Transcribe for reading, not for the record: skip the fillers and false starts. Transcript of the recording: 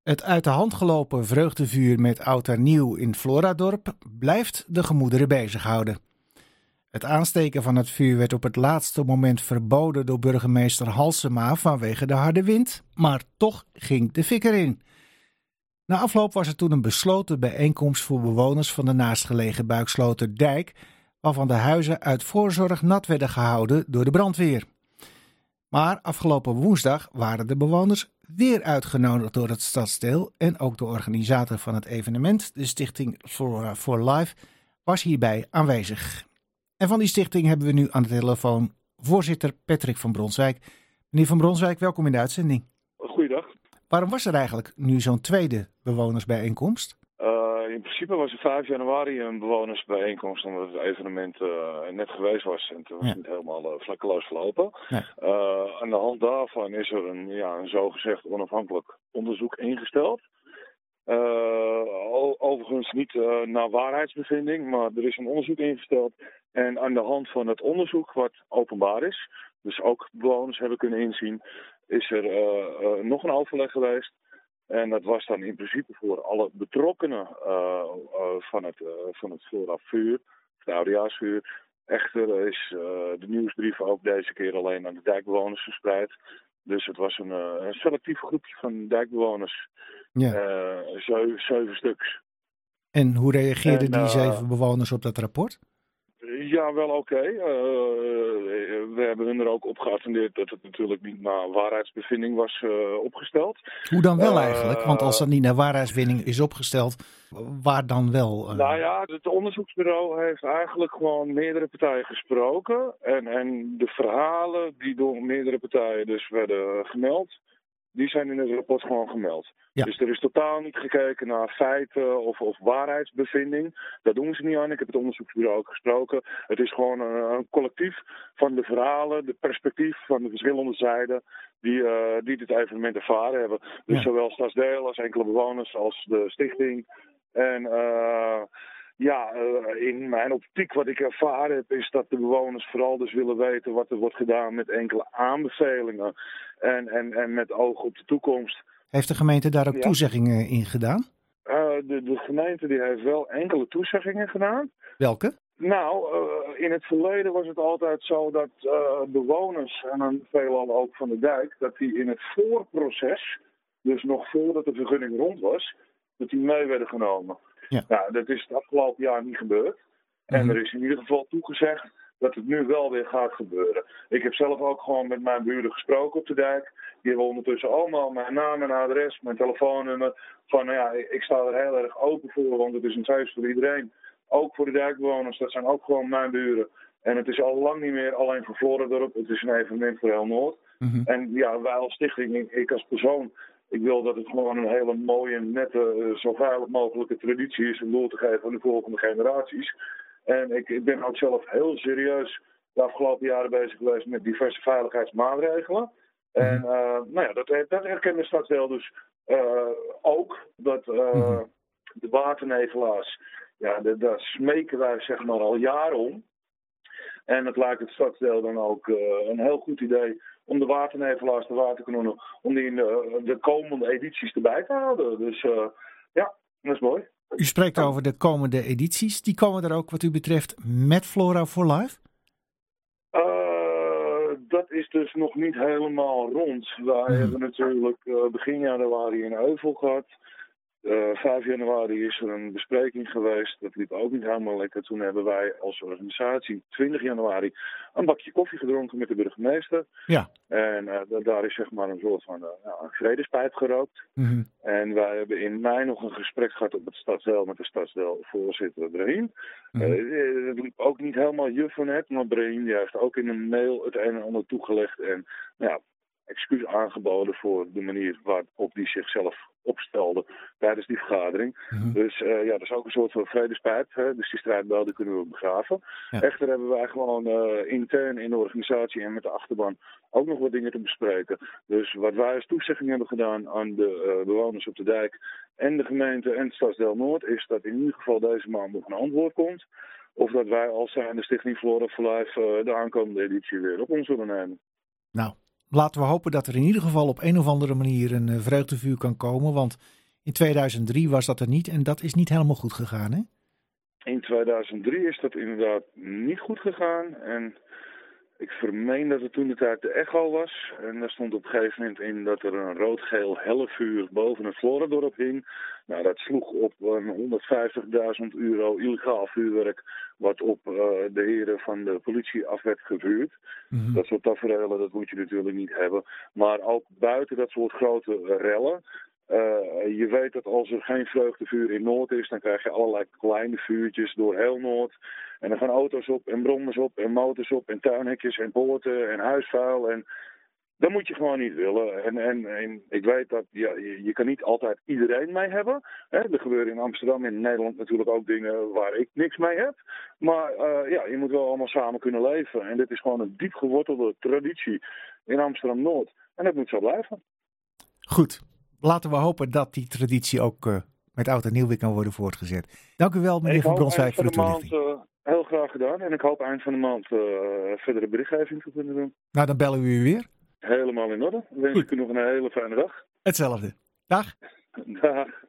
Het uit de hand gelopen vreugdevuur met oud en nieuw in Floradorp blijft de gemoederen bezighouden. Het aansteken van het vuur werd op het laatste moment verboden door burgemeester Halsema vanwege de harde wind, maar toch ging de fik erin. Na afloop was er toen een besloten bijeenkomst voor bewoners van de naastgelegen Buiksloterdijk, waarvan de huizen uit voorzorg nat werden gehouden door de brandweer. Maar afgelopen woensdag waren de bewoners weer uitgenodigd door het stadsdeel en ook de organisator van het evenement, de stichting Flora for Life, was hierbij aanwezig. En van die stichting hebben we nu aan de telefoon voorzitter Patrick van Bronswijk. Meneer van Bronswijk, welkom in de uitzending. Goeiedag. Waarom was er eigenlijk nu zo'n tweede bewonersbijeenkomst? In principe was er 5 januari een bewonersbijeenkomst omdat het evenement net geweest was. En toen was het niet helemaal vlekkeloos verlopen. Nee. Aan de hand daarvan is er een zogezegd onafhankelijk onderzoek ingesteld. Overigens niet naar waarheidsbevinding, maar er is een onderzoek ingesteld. En aan de hand van het onderzoek, wat openbaar is, dus ook bewoners hebben kunnen inzien, is er nog een overleg geweest. En dat was dan in principe voor alle betrokkenen van het Flora-vuur, het oudejaarsvuur. Echter is de nieuwsbrief ook deze keer alleen aan de dijkbewoners verspreid. Dus het was een selectief groepje van dijkbewoners. Ja. 7 stuks. En hoe reageerden die 7 bewoners op dat rapport? Ja, wel oké. We hebben hun er ook op geattendeerd dat het natuurlijk niet naar waarheidsbevinding was opgesteld. Hoe dan wel eigenlijk? Want als dat niet naar waarheidsbevinding is opgesteld, waar dan wel? Nou ja, het onderzoeksbureau heeft eigenlijk gewoon meerdere partijen gesproken. En de verhalen die door meerdere partijen dus werden gemeld, die zijn in het rapport gewoon gemeld. Ja. Dus er is totaal niet gekeken naar feiten of waarheidsbevinding. Dat doen ze niet aan. Ik heb het onderzoeksbureau ook gesproken. Het is gewoon een collectief van de verhalen, de perspectief van de verschillende zijden die dit evenement ervaren hebben. Dus zowel stadsdeel als enkele bewoners als de stichting. En in mijn optiek wat ik ervaren heb is dat de bewoners vooral dus willen weten wat er wordt gedaan met enkele aanbevelingen en met oog op de toekomst. Heeft de gemeente daar ook toezeggingen in gedaan? De gemeente die heeft wel enkele toezeggingen gedaan. Welke? Nou, in het verleden was het altijd zo dat bewoners, en dan veelal ook van de dijk, dat die in het voorproces, dus nog voordat de vergunning rond was, dat die mee werden genomen. Ja. Nou, dat is het afgelopen jaar niet gebeurd. En er is in ieder geval toegezegd dat het nu wel weer gaat gebeuren. Ik heb zelf ook gewoon met mijn buren gesproken op de dijk. Die hebben ondertussen allemaal mijn naam en adres, mijn telefoonnummer. Van ik sta er heel erg open voor, want het is een feest voor iedereen. Ook voor de dijkbewoners, dat zijn ook gewoon mijn buren. En het is al lang niet meer alleen voor Floradorp, het is een evenement voor heel Noord. En wij als stichting, ik als persoon, ik wil dat het gewoon een hele mooie, nette, zo veilig mogelijke traditie is om door te geven aan de volgende generaties. En ik ben ook zelf heel serieus de afgelopen jaren bezig geweest met diverse veiligheidsmaatregelen. En dat herkent de stadsdeel dus ook. Dat de waternevelaars, daar smeken wij zeg maar al jaren om. En het lijkt het stadsdeel dan ook een heel goed idee om de waternevelaars, de waterkanonnen, om die in de komende edities erbij te houden. Dus dat is mooi. U spreekt over de komende edities. Die komen er ook wat u betreft met Flora for Life? Dat is dus nog niet helemaal rond. Wij hebben natuurlijk begin januari in Heuvel gehad. 5 januari is er een bespreking geweest. Dat liep ook niet helemaal lekker. Toen hebben wij als organisatie 20 januari een bakje koffie gedronken met de burgemeester. Ja. En daar is zeg maar een soort van een vredespijp gerookt. En wij hebben in mei nog een gesprek gehad op het stadsdeel met de stadsdeelvoorzitter Brahim. Het liep ook niet helemaal juf van het, maar Brahim die heeft ook in een mail het een en ander toegelegd. En excuus aangeboden voor de manier waarop die zichzelf opstelde tijdens die vergadering. Dus dat is ook een soort van vredespijp. Hè? Dus die strijdbelden kunnen we begraven. Ja. Echter hebben wij gewoon intern in de organisatie en met de achterban ook nog wat dingen te bespreken. Dus wat wij als toezegging hebben gedaan aan de bewoners op de dijk en de gemeente en het Stadsdeel Noord is dat in ieder geval deze maand nog een antwoord komt. Of dat wij als zijnde Stichting Flora for Life de aankomende editie weer op ons zullen nemen. Nou, laten we hopen dat er in ieder geval op een of andere manier een vreugdevuur kan komen. Want in 2003 was dat er niet en dat is niet helemaal goed gegaan, hè? In 2003 is dat inderdaad niet goed gegaan. En ik vermeen dat het toen de tijd de echo was. En daar stond op een gegeven moment in dat er een rood-geel hellevuur boven het Floradorp hing. Nou, dat sloeg op een €150.000 illegaal vuurwerk wat op de heren van de politie af werd gevuurd. Mm-hmm. Dat soort tafereelen, dat moet je natuurlijk niet hebben. Maar ook buiten dat soort grote rellen. Je weet dat als er geen vreugdevuur in Noord is, dan krijg je allerlei kleine vuurtjes door heel Noord. En dan gaan auto's op en brommers op en motors op en tuinhekjes en poorten en huisvuil. En dat moet je gewoon niet willen. En ik weet dat je kan niet altijd iedereen mee hebben. Hè? Er gebeuren in Amsterdam en in Nederland natuurlijk ook dingen waar ik niks mee heb. Maar je moet wel allemaal samen kunnen leven. En dit is gewoon een diep gewortelde traditie in Amsterdam-Noord. En dat moet zo blijven. Goed. Laten we hopen dat die traditie ook met oud en nieuw weer kan worden voortgezet. Dank u wel, meneer Van Bronswijk, voor de toelichting. Heel graag gedaan. En ik hoop eind van de maand verdere berichtgeving te kunnen doen. Nou, dan bellen we u weer. Helemaal in orde. Wens ik u nog een hele fijne dag. Hetzelfde. Dag. Dag.